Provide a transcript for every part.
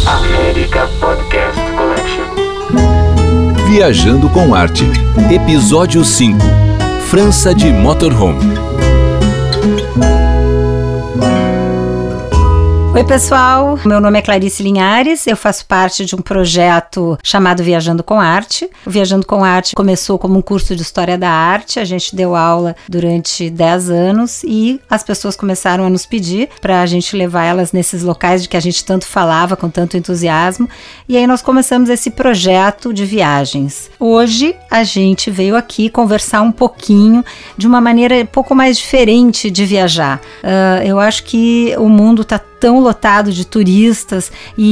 América Podcast Collection. Viajando com Arte, Episódio 5, França de Motorhome. Oi pessoal, meu nome é Clarice Linhares, eu faço parte de um projeto chamado Viajando com Arte. O Viajando com Arte começou como um curso de História da Arte, a gente deu aula durante 10 anos e as pessoas começaram a nos pedir para a gente levar elas nesses locais de que a gente tanto falava, com tanto entusiasmo, e aí nós começamos esse projeto de viagens. Hoje a gente veio aqui conversar um pouquinho de uma maneira um pouco mais diferente de viajar. Eu acho que o mundo está tão lotado de turistas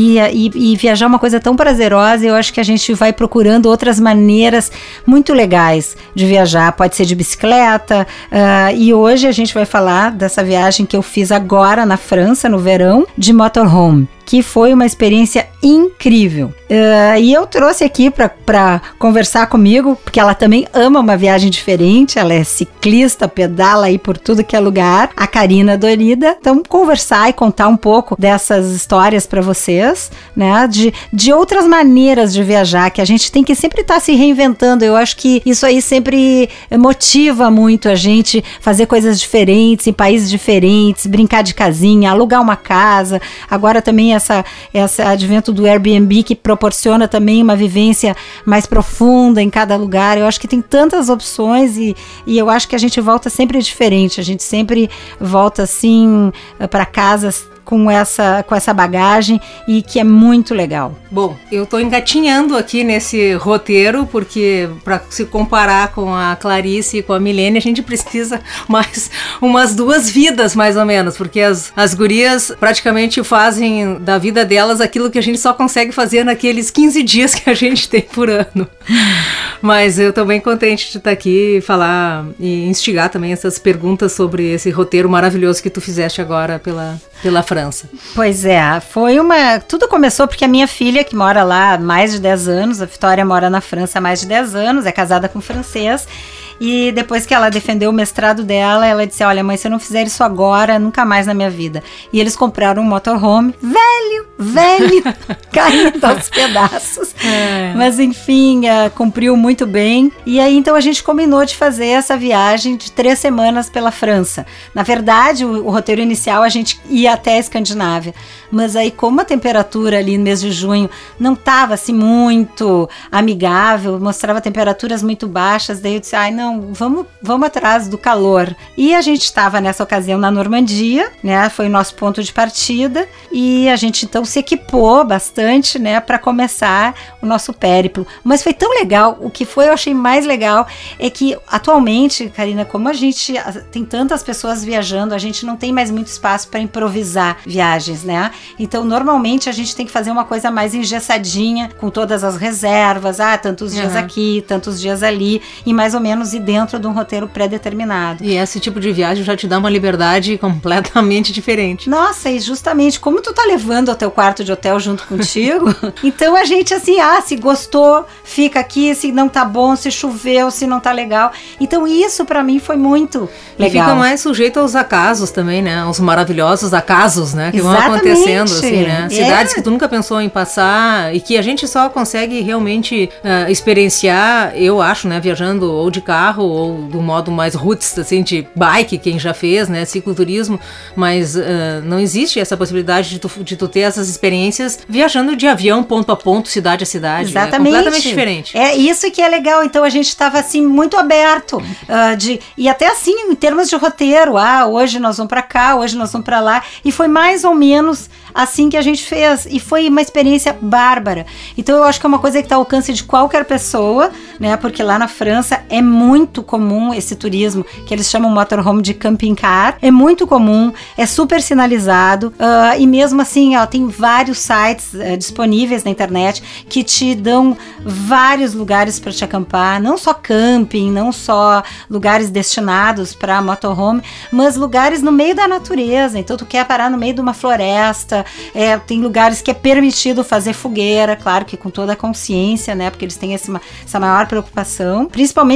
e viajar é uma coisa tão prazerosa. Eu acho que a gente vai procurando outras maneiras muito legais de viajar, pode ser de bicicleta, e hoje a gente vai falar dessa viagem que eu fiz agora na França, no verão, de motorhome, que foi uma experiência incrível. E eu trouxe aqui para conversar comigo, porque ela também ama uma viagem diferente, ela é ciclista, pedala aí por tudo que é lugar, a Karina Dorida. Então, conversar e contar um pouco dessas histórias para vocês, né, de outras maneiras de viajar, que a gente tem que sempre estar se reinventando. Eu acho que isso aí sempre motiva muito a gente fazer coisas diferentes, em países diferentes, brincar de casinha, alugar uma casa. Agora também esse advento do Airbnb, que proporciona também uma vivência mais profunda em cada lugar. Eu acho que tem tantas opções e eu acho que a gente volta sempre diferente, a gente sempre volta assim para casas com essa bagagem, e que é muito legal. Bom, eu tô engatinhando aqui nesse roteiro, porque para se comparar com a Clarice e com a Milene, a gente precisa mais umas 2 vidas, mais ou menos, porque as gurias praticamente fazem da vida delas aquilo que a gente só consegue fazer naqueles 15 dias que a gente tem por ano. Mas eu tô bem contente de estar aqui e falar e instigar também essas perguntas sobre esse roteiro maravilhoso que tu fizeste agora pela França. Pois é, tudo começou porque a minha filha, que mora lá há mais de 10 anos, a Vitória mora na França há mais de 10 anos, é casada com um francês, e depois que ela defendeu o mestrado dela, ela disse: olha mãe, se eu não fizer isso agora, nunca mais na minha vida. E eles compraram um motorhome velho, caindo aos pedaços. Mas enfim, cumpriu muito bem. E aí então a gente combinou de fazer essa viagem de 3 semanas pela França. Na verdade, o roteiro inicial a gente ia até a Escandinávia, mas aí como a temperatura ali no mês de junho não estava assim muito amigável, mostrava temperaturas muito baixas, daí eu disse: ai não, vamos atrás do calor. E a gente estava nessa ocasião na Normandia, né, foi o nosso ponto de partida, e a gente então se equipou bastante, né, para começar o nosso périplo. Mas foi tão legal, o que eu achei mais legal é que atualmente, Karina, como a gente tem tantas pessoas viajando, a gente não tem mais muito espaço para improvisar viagens, né? Então normalmente a gente tem que fazer uma coisa mais engessadinha, com todas as reservas, tantos dias aqui, tantos dias ali, e mais ou menos ir dentro de um roteiro pré-determinado. E esse tipo de viagem já te dá uma liberdade completamente diferente. Nossa, e justamente como tu tá levando o teu quarto de hotel junto contigo, então a gente assim, se gostou, fica aqui, se não tá bom, se choveu, se não tá legal. Então isso pra mim foi muito legal. E fica mais sujeito aos acasos também, né? Os maravilhosos acasos, né? Que vão acontecendo, assim, né? Cidades que tu nunca pensou em passar e que a gente só consegue realmente experienciar, eu acho, né? Viajando ou de carro ou do modo mais roots, assim, de bike, quem já fez, né? Cicloturismo, mas não existe essa possibilidade de tu ter essas experiências viajando de avião, ponto a ponto, cidade a cidade. Exatamente. É completamente diferente. É isso que é legal. Então a gente estava assim muito aberto e até assim em termos de roteiro. Hoje nós vamos para cá, hoje nós vamos para lá, e foi mais ou menos assim que a gente fez, e foi uma experiência bárbara. Então eu acho que é uma coisa que está ao alcance de qualquer pessoa, né? Porque lá na França é muito comum esse turismo que eles chamam motorhome de camping car, é muito comum, é super sinalizado, e mesmo assim tem vários sites disponíveis na internet que te dão vários lugares para te acampar, não só camping, não só lugares destinados para motorhome, mas lugares no meio da natureza. Então tu quer parar no meio de uma floresta, tem lugares que é permitido fazer fogueira, claro que com toda a consciência, né, porque eles têm essa maior preocupação, principalmente ali na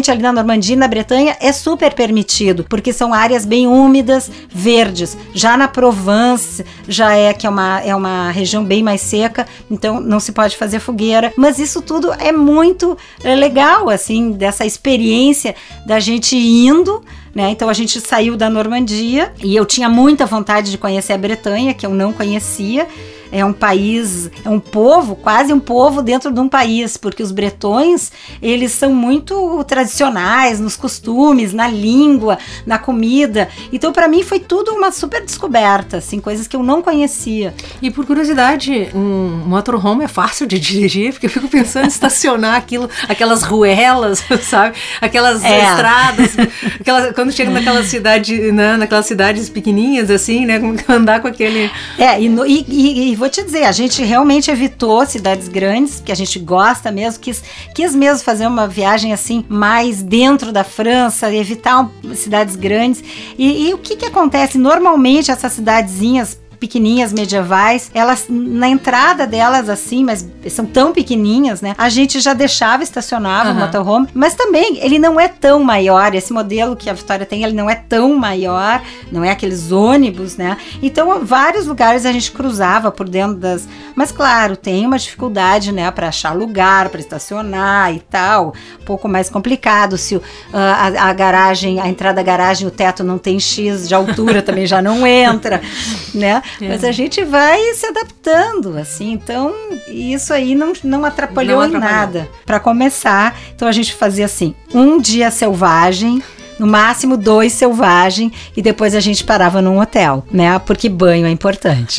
Normandia e na Bretanha é super permitido, porque são áreas bem úmidas, verdes. Já na Provence, que é uma região bem mais seca, então não se pode fazer fogueira. Mas isso tudo é muito legal, assim, dessa experiência da gente indo, né? Então a gente saiu da Normandia e eu tinha muita vontade de conhecer a Bretanha, que eu não conhecia. É um país, é um povo, quase um povo dentro de um país, porque os bretões, eles são muito tradicionais nos costumes, na língua, na comida. Então, para mim, foi tudo uma super descoberta, assim, coisas que eu não conhecia. E por curiosidade, um motorhome é fácil de dirigir, porque eu fico pensando em estacionar aquelas ruelas, sabe? Aquelas estradas, quando chega naquelas cidades pequenininhas, assim, né? Andar com aquele... E vou te dizer, a gente realmente evitou cidades grandes, que a gente gosta mesmo, quis mesmo fazer uma viagem assim, mais dentro da França, evitar cidades grandes. E o que acontece? Normalmente essas cidadezinhas pequenininhas, medievais, elas, na entrada delas assim, mas são tão pequenininhas, né? A gente já estacionava o motorhome, mas também ele não é tão maior, esse modelo que a Vitória tem, ele não é tão maior, não é aqueles ônibus, né? Então, vários lugares a gente cruzava por dentro mas claro, tem uma dificuldade, né, para achar lugar, para estacionar e tal, um pouco mais complicado, se a garagem, a entrada da garagem, o teto não tem X de altura, também já não entra, né? Mas a gente vai se adaptando, assim, então isso aí não atrapalhou em nada. Para começar, então a gente fazia assim, um dia selvagem, no máximo 2 selvagem, e depois a gente parava num hotel, né? Porque banho é importante.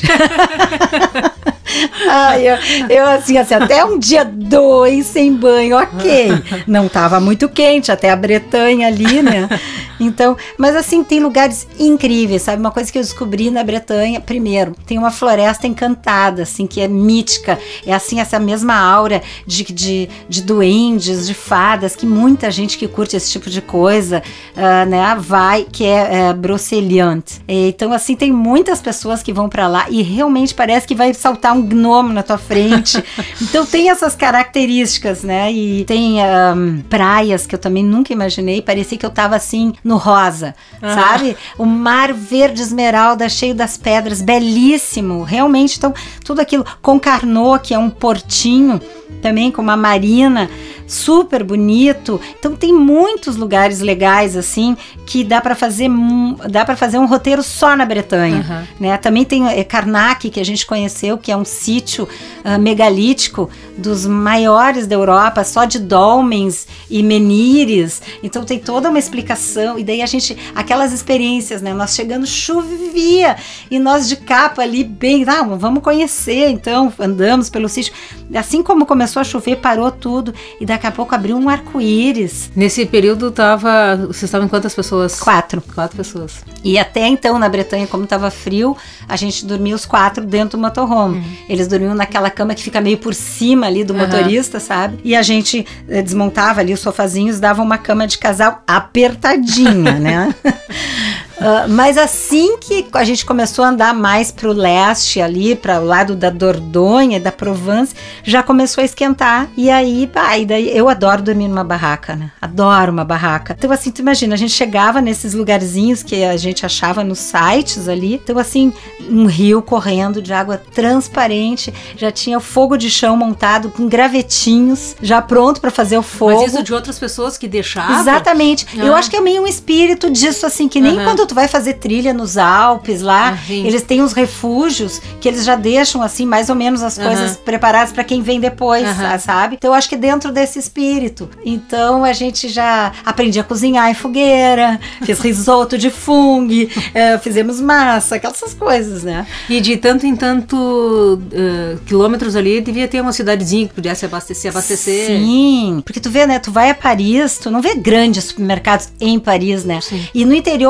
Eu assim, até um dia 2 sem banho, ok. Não tava muito quente, até a Bretanha ali, né? Então, mas assim, tem lugares incríveis, sabe? Uma coisa que eu descobri na Bretanha, primeiro, tem uma floresta encantada, assim, que é mítica. É assim, essa mesma aura de duendes, de fadas, que muita gente que curte esse tipo de coisa, né, que é Brocéliande. Então, assim, tem muitas pessoas que vão pra lá e realmente parece que vai saltar um gnomo na tua frente. Então, tem essas características, né? E tem praias que eu também nunca imaginei, parecia que eu tava assim no rosa, sabe? O mar verde esmeralda, cheio das pedras, belíssimo, realmente. Então, tudo aquilo, Concarneau, que é um portinho também com uma marina, super bonito. Então tem muitos lugares legais assim que dá para fazer um roteiro só na Bretanha, né? Também tem Carnac, que a gente conheceu, que é um sítio megalítico dos maiores da Europa, só de dólmens e menires. Então tem toda uma explicação, e daí aquelas experiências, né? Nós chegando, chovia, e nós de capa ali bem, vamos conhecer. Então andamos pelo sítio, assim como começou a chover, parou tudo, e daqui a pouco abriu um arco-íris. Nesse período vocês estavam em quantas pessoas? 4 pessoas. E até então, na Bretanha, como estava frio, a gente dormia os 4 dentro do motorhome. Eles dormiam naquela cama que fica meio por cima ali do motorista, sabe? E a gente desmontava ali os sofazinhos, dava uma cama de casal apertadinha, né? Mas assim que a gente começou a andar mais pro leste ali, para o lado da Dordogne, da Provence, já começou a esquentar. E aí, daí eu adoro dormir numa barraca, né? Adoro uma barraca. Então assim, tu imagina, a gente chegava nesses lugarzinhos que a gente achava nos sites ali. Então assim, um rio correndo de água transparente, já tinha o fogo de chão montado com gravetinhos, já pronto para fazer o fogo. Mas isso de outras pessoas que deixavam? Exatamente. Eu acho que é meio um espírito disso, assim, que nem quando tu vai fazer trilha nos Alpes lá, eles têm uns refúgios que eles já deixam assim mais ou menos as coisas preparadas para quem vem depois, sabe? Então eu acho que dentro desse espírito. Então a gente já aprendia a cozinhar em fogueira, fez risoto de fungo, fizemos massa, aquelas coisas, né? E de tanto em tanto quilômetros ali, devia ter uma cidadezinha que pudesse abastecer. Sim, porque tu vê, né? Tu vai a Paris, tu não vê grandes supermercados em Paris, né? Sim. E no interior tem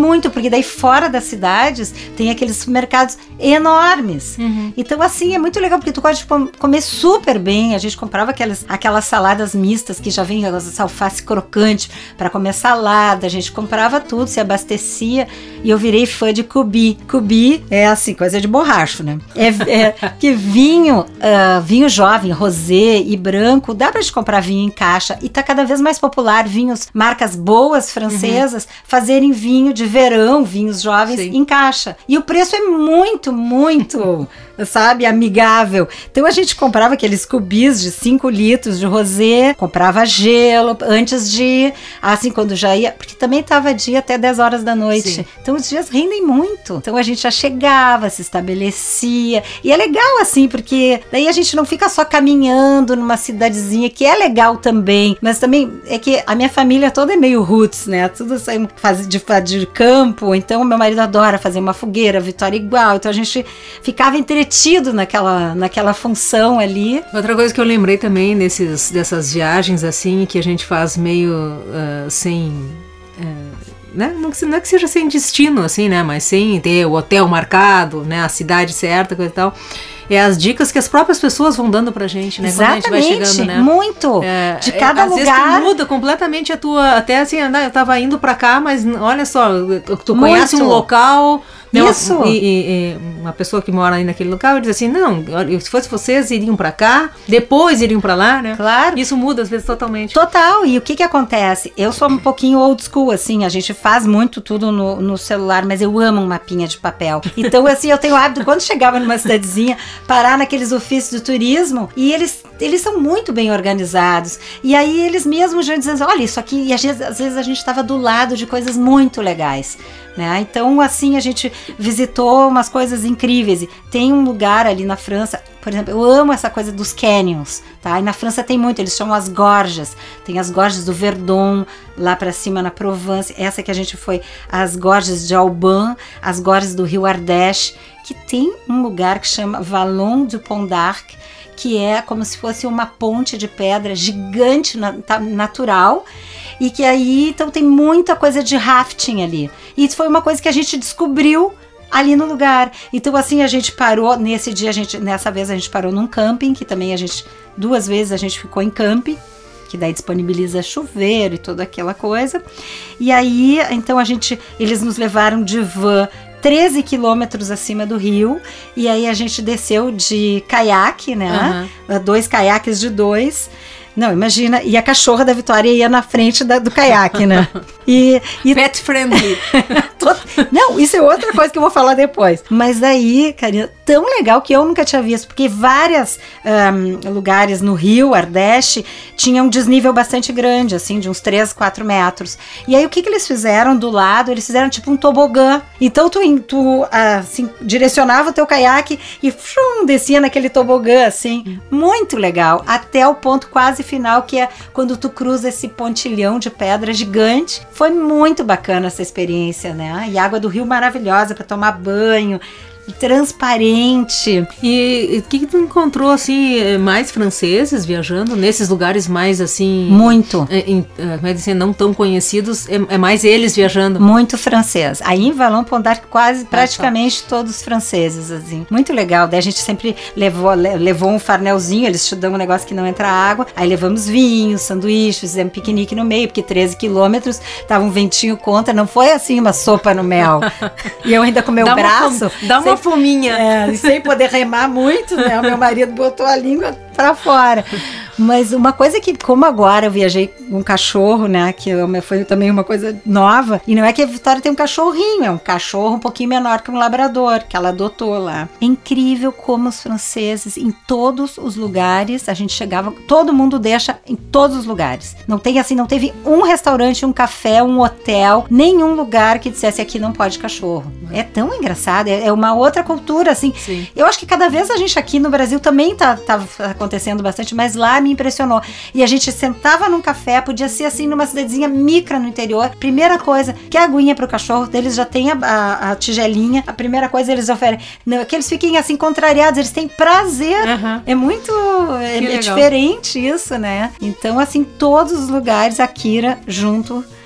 muito, porque daí fora das cidades tem aqueles supermercados enormes. Então, assim, é muito legal, porque tu pode comer super bem. A gente comprava aquelas saladas mistas que já vem essa alface crocante para comer salada. A gente comprava tudo, se abastecia, e eu virei fã de Cubi. Cubi é assim, coisa de borracho, né? Que vinho jovem, rosé e branco, dá pra gente comprar vinho em caixa, e tá cada vez mais popular vinhos, marcas boas francesas, fazerem vinho de verão, vinhos jovens em caixa. E o preço é muito, muito, sabe, amigável. Então a gente comprava aqueles cubis de 5 litros de rosé, comprava gelo antes de, assim, quando já ia, porque também tava dia até 10 horas da noite. Sim. Então os dias rendem muito. Então a gente já chegava, se estabelecia. E é legal assim, porque daí a gente não fica só caminhando numa cidadezinha, que é legal também, mas também é que a minha família toda é meio roots, né? Tudo saímos de campo, então meu marido adora fazer uma fogueira, Vitória igual, então a gente ficava entretido naquela função ali. Outra coisa que eu lembrei também dessas viagens assim, que a gente faz meio sem... né? Não é que seja sem destino, assim, né? Mas sem ter o hotel marcado, né? A cidade certa, coisa e tal. É as dicas que as próprias pessoas vão dando pra gente, né? Exatamente, quando a gente vai chegando, né? Muito. De cada às lugar. Às vezes muda completamente a tua... Até assim, eu tava indo pra cá, mas olha só, tu conhece um local... Isso. E uma pessoa que mora aí naquele local diz assim, não, se fosse vocês, iriam pra cá, depois iriam pra lá, né? Claro. Isso muda às vezes totalmente. Total. E o que acontece? Eu sou um pouquinho old school, assim, a gente faz muito tudo no celular, mas eu amo um mapinha de papel. Então, assim, eu tenho o hábito, quando chegava numa cidadezinha, parar naqueles ofícios do turismo, e eles são muito bem organizados. E aí eles mesmos já dizem, olha, isso aqui, e às vezes a gente estava do lado de coisas muito legais. Né? Então, assim, a gente visitou umas coisas incríveis. Tem um lugar ali na França, por exemplo, eu amo essa coisa dos canyons, tá? E na França tem muito, eles chamam as gorges. Tem as gorges do Verdon, lá pra cima na Provence. Essa que a gente foi, as gorges de Alban, as gorges do Rio Ardèche, que tem um lugar que chama Vallon du Pont d'Arc, que é como se fosse uma ponte de pedra gigante, natural, e que aí, então, tem muita coisa de rafting ali. E isso foi uma coisa que a gente descobriu ali no lugar. Então, assim, a gente parou, nessa vez a gente parou num camping, que também 2 vezes a gente ficou em camping, que daí disponibiliza chuveiro e toda aquela coisa. E aí, então, eles nos levaram de van 13 quilômetros acima do rio, e aí a gente desceu de caiaque, né? 2 caiaques de 2. Não, imagina, e a cachorra da Vitória ia na frente do caiaque, né? E pet friendly. Não, isso é outra coisa que eu vou falar depois. Mas daí, Karina, tão legal que eu nunca tinha visto, porque vários lugares no Rio Ardèche tinham um desnível bastante grande, assim, de uns 3, 4 metros. E aí o que eles fizeram do lado? Eles fizeram tipo um tobogã. Então tu assim, direcionava o teu caiaque e descia naquele tobogã, assim. Muito legal. Até o ponto quase final, que é quando tu cruza esse pontilhão de pedra gigante. Foi muito bacana essa experiência, né? E a água do rio maravilhosa para tomar banho, transparente. E o que tu encontrou, assim, mais franceses viajando nesses lugares mais, assim... Muito. Não tão conhecidos, é mais eles viajando? Muito francês. Aí em Vallon Pont d'Arc praticamente todos franceses, assim. Muito legal. Daí a gente sempre levou um farnelzinho, eles te dão um negócio que não entra água. Aí levamos vinho, sanduíche, fizemos piquenique no meio, porque 13 quilômetros, tava um ventinho contra, não foi assim uma sopa no mel. E eu ainda com meu braço... Dá uma fominha. E sem poder remar muito, né? O meu marido botou a língua pra fora. Mas uma coisa que, como agora eu viajei com um cachorro, né, que foi também uma coisa nova, e não é que a Vitória tem um cachorrinho, é um cachorro um pouquinho menor que um labrador, que ela adotou lá. É incrível como os franceses, em todos os lugares, a gente chegava, todo mundo deixa em todos os lugares. Não teve um restaurante, um café, um hotel, nenhum lugar que dissesse aqui não pode cachorro. É tão engraçado, é uma outra cultura, assim. Sim. Eu acho que cada vez a gente aqui no Brasil também tá acontecendo bastante, mas lá me impressionou. E a gente sentava num café, podia ser assim numa cidadezinha micra no interior. Primeira coisa, que a aguinha pro cachorro deles já tem a tigelinha. A primeira coisa eles oferecem, que eles fiquem assim contrariados, eles têm prazer. É muito é diferente isso, né? Então, assim, todos os lugares, a Kira junto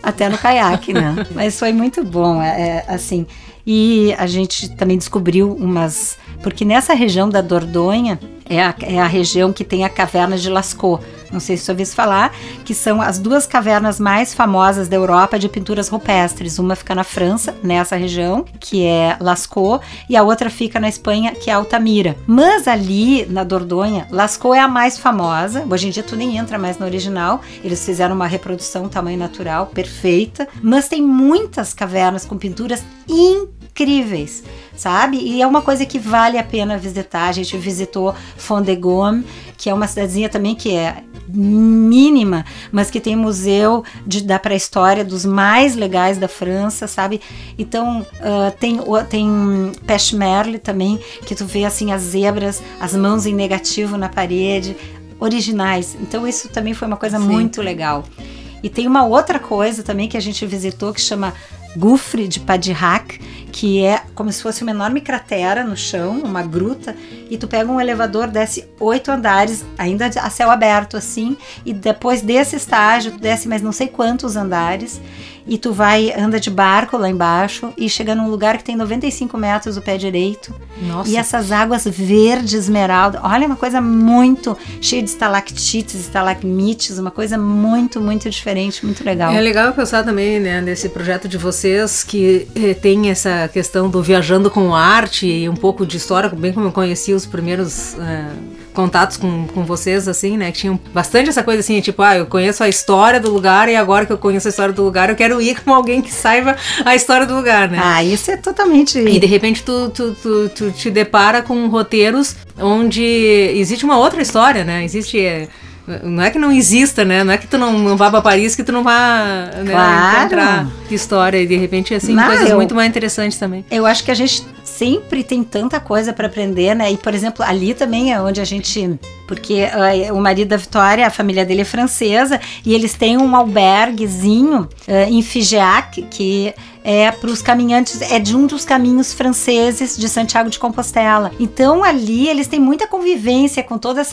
até no caiaque, né? Mas foi muito bom, assim. E a gente também descobriu umas... Porque nessa região da Dordogne é a região que tem a caverna de Lascaux. Não sei se você ouviu falar, que são as duas cavernas mais famosas da Europa de pinturas rupestres. Uma fica na França, nessa região, que é Lascaux, e a outra fica na Espanha, que é Altamira. Mas ali, na Dordogne, Lascaux é a mais famosa. Hoje em dia tu nem entra mais no original. Eles fizeram uma reprodução tamanho natural, perfeita. Mas tem muitas cavernas com pinturas incríveis, sabe? E é uma coisa que vale a pena visitar. A gente visitou Font-de-Gaume, que é uma cidadezinha também que é mínima, mas que tem museu da pré-história dos mais legais da França, sabe? Então tem Pechmerle também, que tu vê assim as zebras, as mãos em negativo na parede, originais. Então isso também foi uma coisa muito legal. E tem uma outra coisa também que a gente visitou que chama Gouffre de Padirac, que é como se fosse uma enorme cratera no chão, uma gruta, e tu pega um elevador, desce 8 andares, ainda a céu aberto assim, e depois desse estágio tu desce mais não sei quantos andares, e tu anda de barco lá embaixo e chega num lugar que tem 95 metros o pé direito. Nossa. E essas águas verde esmeralda, olha, uma coisa muito cheia de estalactites, estalagmites, uma coisa muito, muito diferente, muito legal. É legal pensar também, né, nesse projeto de vocês que tem essa questão do viajando com arte e um pouco de história, bem como eu conheci os primeiros contatos com vocês, assim, né, que tinham bastante essa coisa assim, tipo, eu conheço a história do lugar e agora que eu conheço a história do lugar eu quero ir com alguém que saiba a história do lugar, né? Isso é totalmente... E de repente tu te depara com roteiros onde existe uma outra história, né? Não é que não exista, né? Não é que tu não vá pra Paris que tu não vá, né, encontrar história. E de repente, assim, coisas muito mais interessantes também. Eu acho que a gente sempre tem tanta coisa para aprender, né? E, por exemplo, ali também é onde a gente... Porque o marido da Vitória, a família dele é francesa, e eles têm um alberguezinho em Figeac, que é para os caminhantes, é de um dos caminhos franceses de Santiago de Compostela. Então ali eles têm muita convivência com todas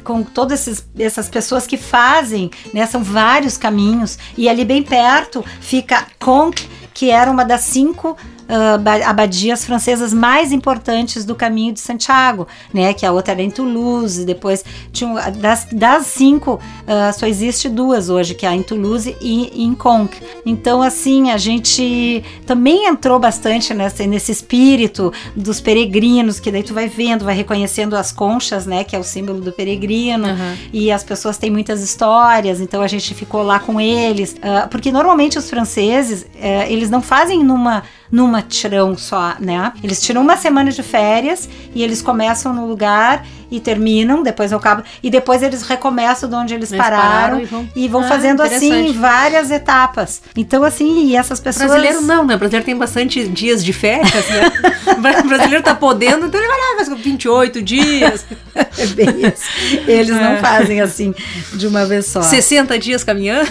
essas pessoas que fazem, né? São vários caminhos, e ali bem perto fica Conques, que era uma das 5 abadias francesas mais importantes do caminho de Santiago, né? Que a outra era em Toulouse, depois tinha das 5, só existe 2 hoje, que é em Toulouse e em Conques. Então, assim, a gente também entrou bastante nesse espírito dos peregrinos, que daí tu vai vendo, vai reconhecendo as conchas, né? Que é o símbolo do peregrino, e as pessoas têm muitas histórias, então a gente ficou lá com eles, porque normalmente os franceses, eles não fazem numa tirão só, né? Eles tiram uma semana de férias e eles começam no lugar e terminam, depois ao cabo, e depois eles recomeçam de onde eles pararam e vão fazendo assim várias etapas. Então assim, e essas pessoas... Brasileiro não, né? Brasileiro tem bastante dias de férias, né? O brasileiro tá podendo, então ele vai lá, faz 28 dias. É bem isso. Eles não fazem assim de uma vez só. 60 dias caminhando.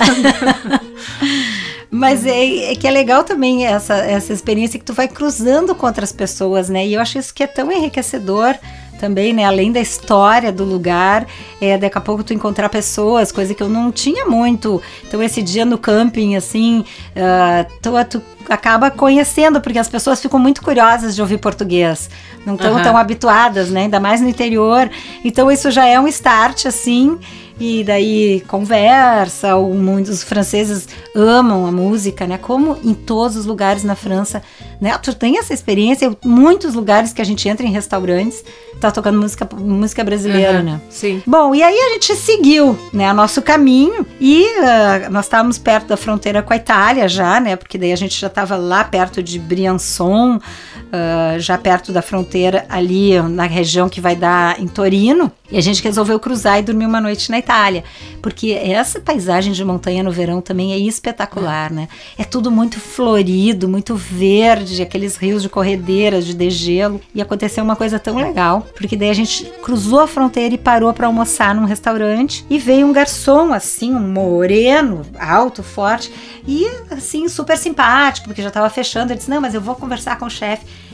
Mas é que é legal também essa experiência que tu vai cruzando com outras pessoas, né? E eu acho isso que é tão enriquecedor também, né? Além da história do lugar, daqui a pouco tu encontrar pessoas, coisa que eu não tinha muito. Então esse dia no camping, assim, tu acaba conhecendo, porque as pessoas ficam muito curiosas de ouvir português. Não estão tão habituadas, né? Ainda mais no interior. Então isso já é um start, assim... E daí conversa, muitos franceses amam a música, né? Como em todos os lugares na França, né? Tu tem essa experiência, muitos lugares que a gente entra em restaurantes, tá tocando música brasileira, né? Sim. Bom, e aí a gente seguiu, né, nosso caminho e nós estávamos perto da fronteira com a Itália já, né? Porque daí a gente já estava lá perto de Briançon, já perto da fronteira ali na região que vai dar em Torino. E a gente resolveu cruzar e dormir uma noite na Itália, porque essa paisagem de montanha no verão também é espetacular, né? É tudo muito florido, muito verde, aqueles rios de corredeiras, de degelo. E aconteceu uma coisa tão legal, porque daí a gente cruzou a fronteira e parou para almoçar num restaurante, e veio um garçom, assim, um moreno, alto, forte, e assim, super simpático, porque já estava fechando. Ele disse, não, mas eu vou conversar com o chefe.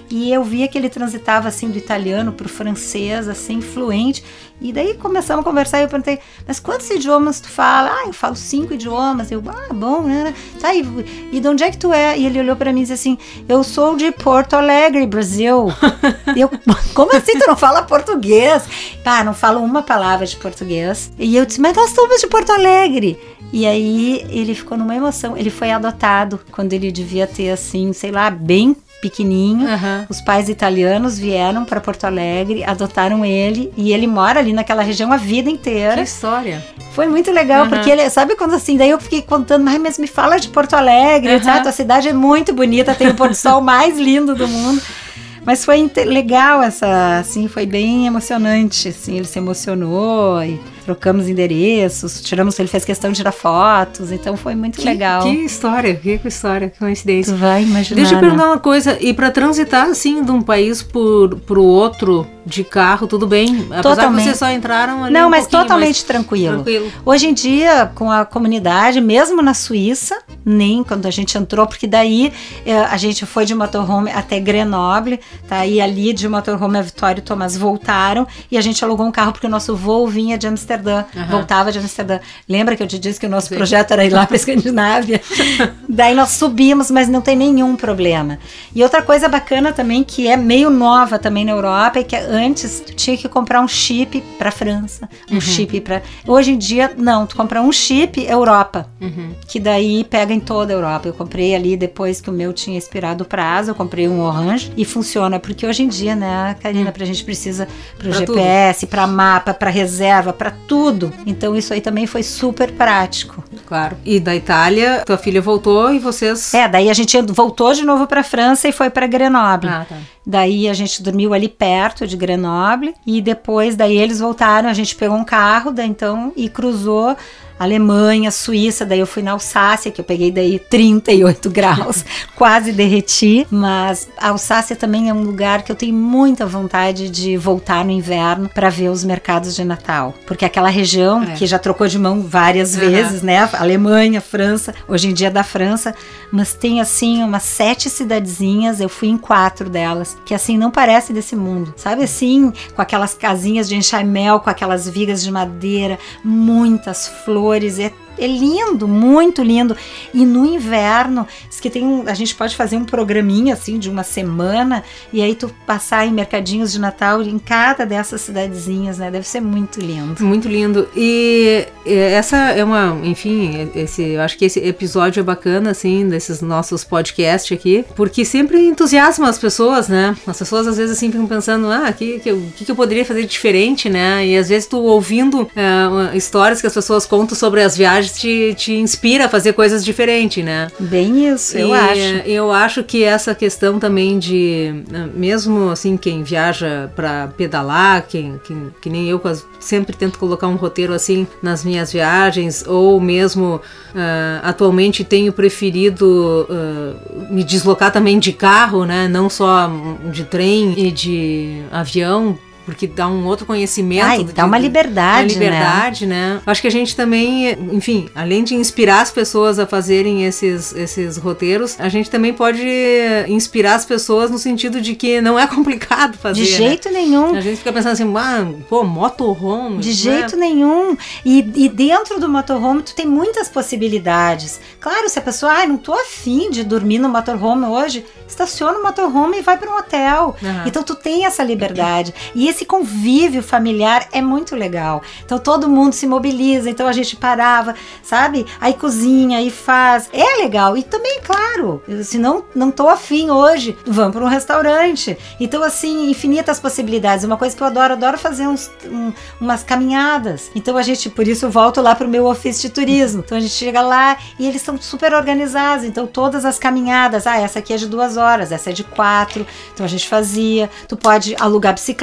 E eu via que ele transitava assim do italiano pro francês, assim, fluente. E daí começamos a conversar e eu perguntei, mas quantos idiomas tu fala? Eu falo 5 idiomas. Eu, bom, né? Tá, e de onde é que tu é? E ele olhou pra mim e disse assim, eu sou de Porto Alegre, Brasil. E eu, como assim tu não fala português? Não falo uma palavra de português. E eu disse, mas nós somos de Porto Alegre. E aí ele ficou numa emoção. Ele foi adotado quando ele devia ter, assim, sei lá, bem pequenininho. Os pais italianos vieram para Porto Alegre, adotaram ele e ele mora ali naquela região a vida inteira. Que história! Foi muito legal, porque ele, sabe quando assim, daí eu fiquei contando, mas me fala de Porto Alegre, tua cidade é muito bonita, tem o pôr do sol mais lindo do mundo. Mas foi legal essa, assim, foi bem emocionante, assim, ele se emocionou e trocamos endereços, ele fez questão de tirar fotos, então foi muito legal. Que história, que coincidência. Tu vai imaginar. Deixa eu perguntar uma coisa, e para transitar, assim, de um país pro outro de carro, tudo bem? Apesar que vocês só entraram ali Não, mas totalmente tranquilo. Hoje em dia, com a comunidade, mesmo na Suíça, nem quando a gente entrou, porque daí a gente foi de motorhome até Grenoble, tá? E ali de motorhome a Vitória e o Tomás voltaram e a gente alugou um carro porque o nosso voo vinha de Amsterdã, voltava de Amsterdã. Lembra que eu te disse que o nosso projeto era ir lá para a Escandinávia? Daí nós subimos, mas não tem nenhum problema. E outra coisa bacana também, que é meio nova também na Europa, é que antes tu tinha que comprar um chip para França, um chip para... Hoje em dia, não, tu compra um chip Europa, que daí pega em toda a Europa. Eu comprei ali depois que o meu tinha expirado o prazo, eu comprei um Orange e funciona, porque hoje em dia, né, Karina, pra gente precisa pro GPS, para mapa, para reserva, para tudo. Então isso aí também foi super prático. Claro. E da Itália, tua filha voltou e vocês... Daí a gente voltou de novo pra França e foi pra Grenoble. Tá. Daí a gente dormiu ali perto de Grenoble e depois daí eles voltaram, a gente pegou um carro, daí então, e cruzou Alemanha, Suíça, daí eu fui na Alsácia, que eu peguei daí 38 graus, quase derreti, mas a Alsácia também é um lugar que eu tenho muita vontade de voltar no inverno para ver os mercados de Natal, porque aquela região que já trocou de mão várias vezes, né, Alemanha, França, hoje em dia é da França, mas tem assim umas 7 cidadezinhas, eu fui em 4 delas, que assim não parece desse mundo, sabe assim, com aquelas casinhas de enxaimel, com aquelas vigas de madeira, muitas flores, é lindo, muito lindo. E no inverno, diz que a gente pode fazer um programinha assim de uma semana e aí tu passar em mercadinhos de Natal em cada dessas cidadezinhas, né? Deve ser muito lindo. Muito lindo. E essa é uma, enfim, eu acho que esse episódio é bacana, assim, desses nossos podcasts aqui, porque sempre entusiasma as pessoas, né? As pessoas às vezes assim ficam pensando, o que eu poderia fazer diferente, né? E às vezes tu ouvindo histórias que as pessoas contam sobre as viagens te inspira a fazer coisas diferentes, né? Bem isso, eu acho. Eu acho que essa questão também de, mesmo assim, quem viaja para pedalar, que nem eu sempre tento colocar um roteiro assim nas minhas viagens, ou mesmo atualmente tenho preferido me deslocar também de carro, né? Não só de trem e de avião, porque dá um outro conhecimento. Dá uma liberdade, né? Acho que a gente também, enfim, além de inspirar as pessoas a fazerem esses roteiros, a gente também pode inspirar as pessoas no sentido de que não é complicado fazer. De jeito nenhum. A gente fica pensando assim, motorhome. De jeito nenhum. E dentro do motorhome tu tem muitas possibilidades. Claro, se a pessoa, não tô afim de dormir no motorhome hoje, estaciona o motorhome e vai para um hotel. Então tu tem essa liberdade. E esse convívio familiar é muito legal. Então todo mundo se mobiliza, então a gente parava, sabe? Aí cozinha, aí faz. É legal. E também, claro, se não tô afim hoje, vamos para um restaurante. Então assim, infinitas possibilidades. Uma coisa que eu adoro fazer umas caminhadas. Então a gente, por isso eu volto lá pro meu ofício de turismo. Então a gente chega lá e eles são super organizados. Então todas as caminhadas, essa aqui é de 2 horas, essa é de 4. Então a gente fazia. Tu pode alugar bicicleta, fazer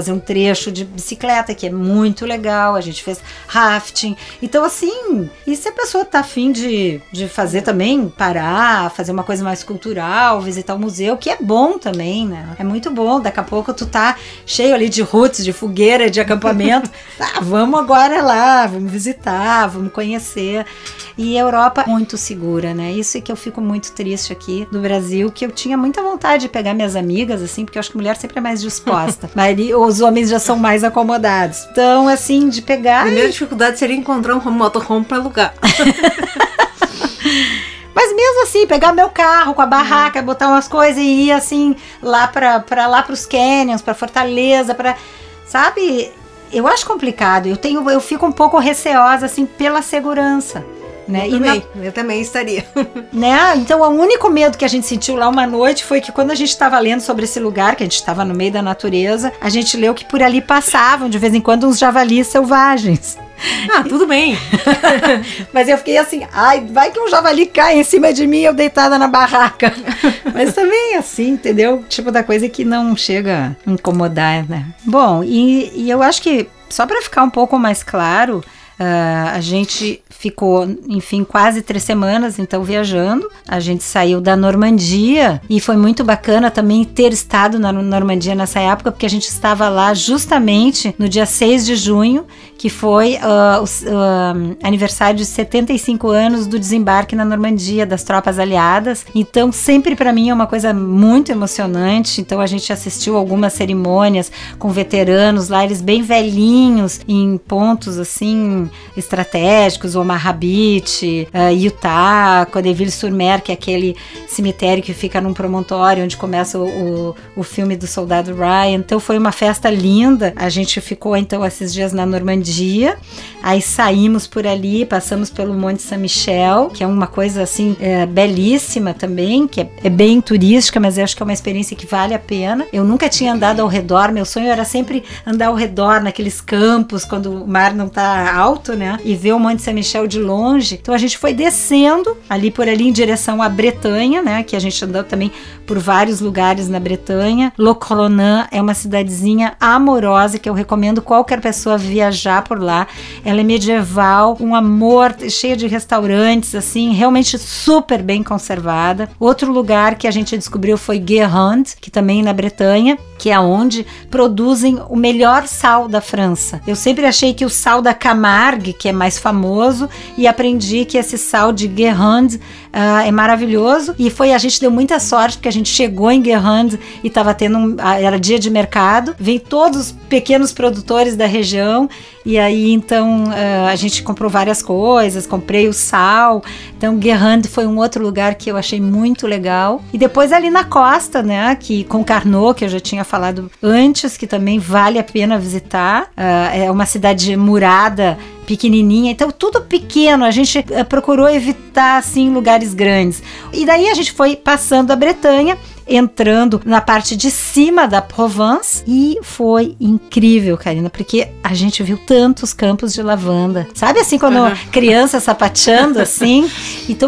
fazer um trecho de bicicleta, que é muito legal, a gente fez rafting. Então, assim, e se a pessoa tá afim de fazer também, parar, fazer uma coisa mais cultural, visitar o museu, que é bom também, né? É muito bom, daqui a pouco tu tá cheio ali de roots, de fogueira, de acampamento. Vamos agora lá, vamos visitar, vamos conhecer. E a Europa muito segura, né? Isso é que eu fico muito triste aqui no Brasil, que eu tinha muita vontade de pegar minhas amigas, assim, porque eu acho que mulher sempre é mais disposta. Mas os homens já são mais acomodados. Então, assim, de pegar... A primeira dificuldade seria encontrar um motorhome para alugar. Mas mesmo assim, pegar meu carro com a barraca, botar umas coisas e ir, assim, lá para os canyons, para Fortaleza, sabe? Eu acho complicado. Eu fico um pouco receosa, assim, pela segurança. Né? Eu também estaria. Né? Então, o único medo que a gente sentiu lá uma noite foi que quando a gente estava lendo sobre esse lugar, que a gente estava no meio da natureza, a gente leu que por ali passavam de vez em quando uns javalis selvagens. Tudo bem. Mas eu fiquei assim, vai que um javali cai em cima de mim, eu deitada na barraca. Mas também assim, entendeu? Tipo da coisa que não chega a incomodar, né? Bom, e eu acho que só para ficar um pouco mais claro, a gente ficou, enfim, quase 3 semanas, então, viajando. A gente saiu da Normandia e foi muito bacana também ter estado na Normandia nessa época, porque a gente estava lá justamente no dia 6 de junho, que foi o aniversário de 75 anos do desembarque na Normandia, das tropas aliadas. Então, sempre para mim é uma coisa muito emocionante. Então, a gente assistiu algumas cerimônias com veteranos lá, eles bem velhinhos, em pontos, assim, estratégicos, Omaha Beach, Utah, Codeville-sur-Mer, que é aquele cemitério que fica num promontório onde começa o filme do Soldado Ryan. Então foi uma festa linda. A gente ficou então esses dias na Normandia, aí saímos por ali, passamos pelo Monte Saint-Michel, que é uma coisa assim belíssima também, que é bem turística, mas eu acho que é uma experiência que vale a pena. Eu nunca tinha andado ao redor, meu sonho era sempre andar ao redor naqueles campos quando o mar não tá alto, né? E ver o Monte Saint-Michel de longe. Então a gente foi descendo ali em direção à Bretanha, né? Que a gente andou também por vários lugares na Bretanha. Le Cronan é uma cidadezinha amorosa que eu recomendo qualquer pessoa viajar por lá. Ela é medieval, um amor, cheia de restaurantes, assim, realmente super bem conservada. Outro lugar que a gente descobriu foi Guérande, que também na Bretanha, que é onde produzem o melhor sal da França. Eu sempre achei que o sal da Camargue, que é mais famoso, e aprendi que esse sal de Guérande é maravilhoso. E a gente deu muita sorte, porque a gente chegou em Guérande e estava tendo era dia de mercado, veio todos os pequenos produtores da região, e aí então a gente comprou várias coisas, comprei o sal. Então Guérande foi um outro lugar que eu achei muito legal. E depois ali na costa, né, que com Carnot, que eu já tinha falado antes, que também vale a pena visitar. É uma cidade murada, pequenininha, então tudo pequeno. A gente procurou evitar assim lugares grandes. E daí a gente foi passando a Bretanha, entrando na parte de cima da Provence, e foi incrível, Karina, porque a gente viu tantos campos de lavanda, sabe assim, quando criança sapateando assim. Então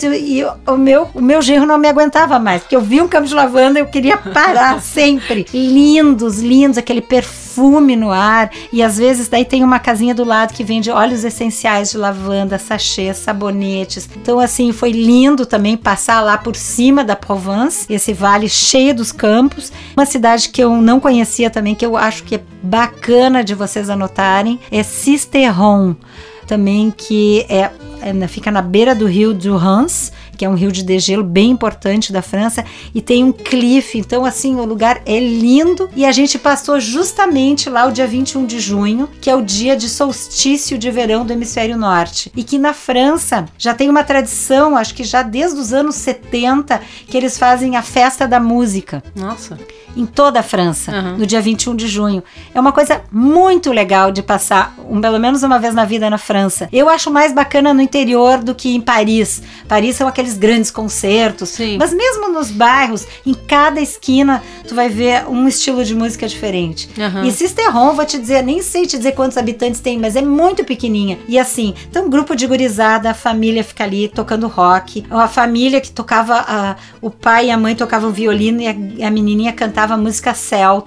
o meu genro não me aguentava mais, porque eu vi um campo de lavanda, eu queria parar sempre. Lindos, aquele perfume no ar. E às vezes daí tem uma casinha do lado que vende óleos essenciais de lavanda, sachês, sabonetes. Então assim, foi lindo também passar lá por cima da Provence, esse vale cheio dos campos. Uma cidade que eu não conhecia também, que eu acho que é bacana de vocês anotarem, é Sisteron, também, que fica na beira do rio Durance, que é um rio de degelo bem importante da França, e tem um cliff. Então assim, o lugar é lindo. E a gente passou justamente lá o dia 21 de junho, que é o dia de solstício de verão do hemisfério norte, e que na França já tem uma tradição, acho que já desde os anos 70, que eles fazem a festa da música. Nossa! Em toda a França, no dia 21 de junho. É uma coisa muito legal de passar, pelo menos uma vez na vida, na França. Eu acho mais bacana no interior do que em Paris. Paris são aqueles grandes concertos. Sim. Mas mesmo nos bairros, em cada esquina, tu vai ver um estilo de música diferente. E Sisteron, vou te dizer, nem sei te dizer quantos habitantes tem, mas é muito pequenininha. E assim, então um grupo de gurizada, a família fica ali tocando rock. A família que tocava, o pai e a mãe tocavam violino e a menininha cantava música celta,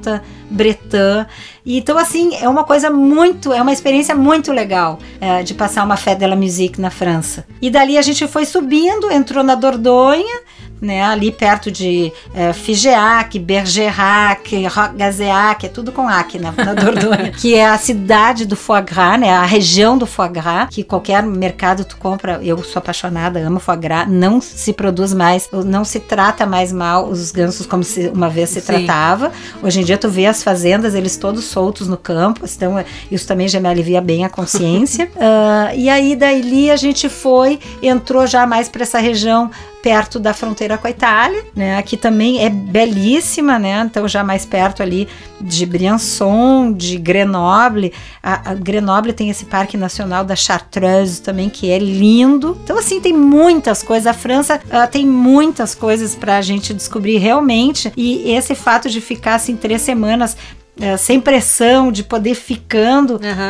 Breton. Então, assim, é uma experiência muito legal de passar uma Fête de la Musique na França. E dali a gente foi subindo, entrou na Dordogne, né, ali perto de Figeac, Bergerac, Roquegazéac, é tudo com AC na Dordogne, que é a cidade do foie gras, né, a região do foie gras, que qualquer mercado tu compra. Eu sou apaixonada, amo foie gras, não se produz mais, não se trata mais mal os gansos como uma vez se tratava. Hoje em dia tu vê as fazendas, eles todos soltos no campo, então isso também já me alivia bem a consciência. E aí dali a gente entrou já mais para essa região perto da fronteira com a Itália, né? Aqui também é belíssima, né? Então já mais perto ali de Briançon, de Grenoble. A Grenoble tem esse Parque Nacional da Chartreuse também, que é lindo. Então assim, tem muitas coisas. A França tem muitas coisas pra gente descobrir realmente, e esse fato de ficar assim 3 semanas sem pressão, de poder ficando. Uhum.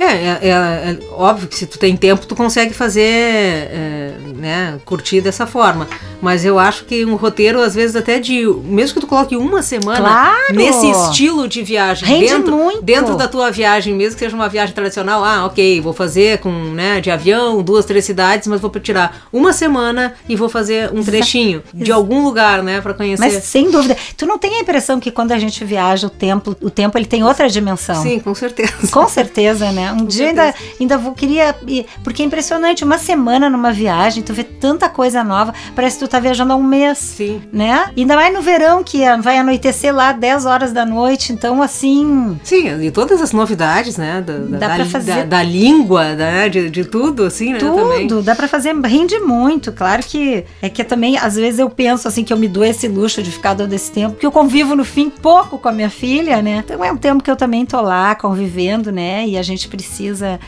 É óbvio que se tu tem tempo, tu consegue fazer, né, curtir dessa forma. Mas eu acho que um roteiro, às vezes, até mesmo que tu coloque uma semana nesse estilo de viagem, dentro da tua viagem, mesmo que seja uma viagem tradicional, ok, vou fazer de avião, 2, 3 cidades, mas vou tirar uma semana e vou fazer um trechinho de algum lugar, né, pra conhecer. Mas sem dúvida, tu não tem a impressão que quando a gente viaja, o tempo ele tem outra dimensão? Sim, com certeza. Com certeza, né? Um dia ainda queria ir, porque é impressionante, uma semana numa viagem, tu vê tanta coisa nova, parece que tu tá viajando há um mês. Sim. Né? Ainda mais no verão, que vai anoitecer lá 10 horas da noite, então assim... Sim, e todas as novidades, né? Da língua, né? De tudo, assim, né? Tudo, também. Dá pra fazer, rende muito, claro que também, às vezes eu penso assim, que eu me dou esse luxo de ficar dando esse tempo, porque eu convivo no fim pouco com a minha filha, né? Então é um tempo que eu também tô lá convivendo, né? E a gente precisa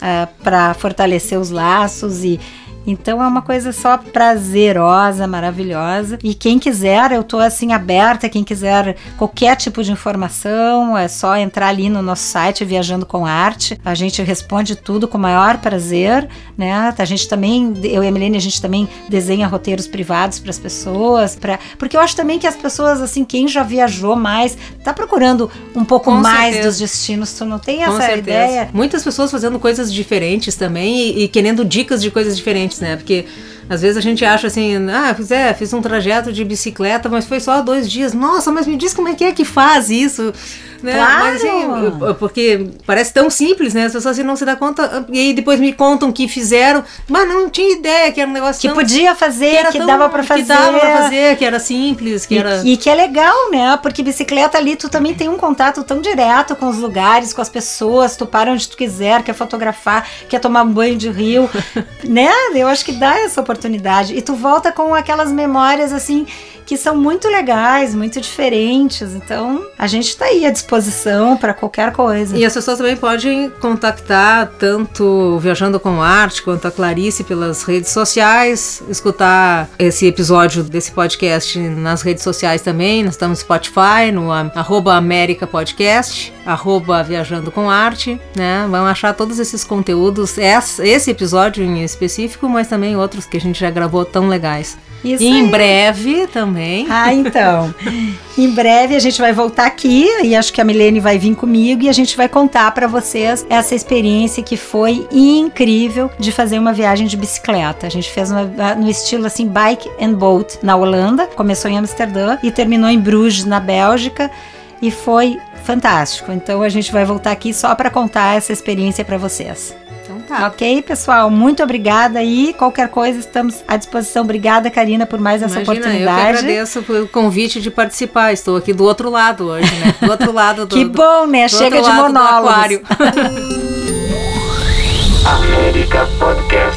para fortalecer os laços então é uma coisa só prazerosa, maravilhosa. E quem quiser, eu tô assim aberta, quem quiser qualquer tipo de informação, é só entrar ali no nosso site Viajando com Arte. A gente responde tudo com o maior prazer, né? A gente também, eu e a Milene, a gente também desenha roteiros privados para as pessoas, porque eu acho também que as pessoas, assim, quem já viajou mais, tá procurando um pouco mais dos destinos. Tu não tem essa ideia? Muitas pessoas fazendo coisas diferentes também e querendo dicas de coisas diferentes, né? Porque às vezes a gente acha assim, fiz um trajeto de bicicleta, mas foi só 2 dias. Nossa, mas me diz como é que faz isso, né? Claro. Mas assim, porque parece tão simples, né? As pessoas assim não se dão conta, e aí depois me contam que fizeram, mas não tinha ideia que era um negócio que podia fazer, que dava pra fazer. Que dava pra fazer, que era simples, E que é legal, né? Porque bicicleta ali, tu também tem um contato tão direto com os lugares, com as pessoas, tu para onde tu quiser, quer fotografar, quer tomar um banho de rio, né? Eu acho que dá essa oportunidade. E tu volta com aquelas memórias, assim, que são muito legais, muito diferentes. Então, a gente tá aí à disposição para qualquer coisa. E as pessoas também podem contactar tanto o Viajando com Arte quanto a Clarice pelas redes sociais, escutar esse episódio desse podcast nas redes sociais também. Nós estamos no Spotify, no @americapodcast, @Viajando com Arte, né? Vão achar todos esses conteúdos, esse episódio em específico, mas também outros que a gente já gravou tão legais. Isso e em breve também. Então. Em breve a gente vai voltar aqui e acho que a Milene vai vir comigo e a gente vai contar pra vocês essa experiência que foi incrível de fazer uma viagem de bicicleta. A gente fez no estilo assim, bike and boat na Holanda, começou em Amsterdã e terminou em Bruges, na Bélgica, e foi fantástico. Então a gente vai voltar aqui só pra contar essa experiência pra vocês. Ok, pessoal? Muito obrigada e qualquer coisa estamos à disposição. Obrigada, Karina, por mais essa oportunidade. Eu que agradeço pelo convite de participar. Estou aqui do outro lado hoje, né? Do outro lado do... Que bom, né? Chega de monólogos. América Podcast.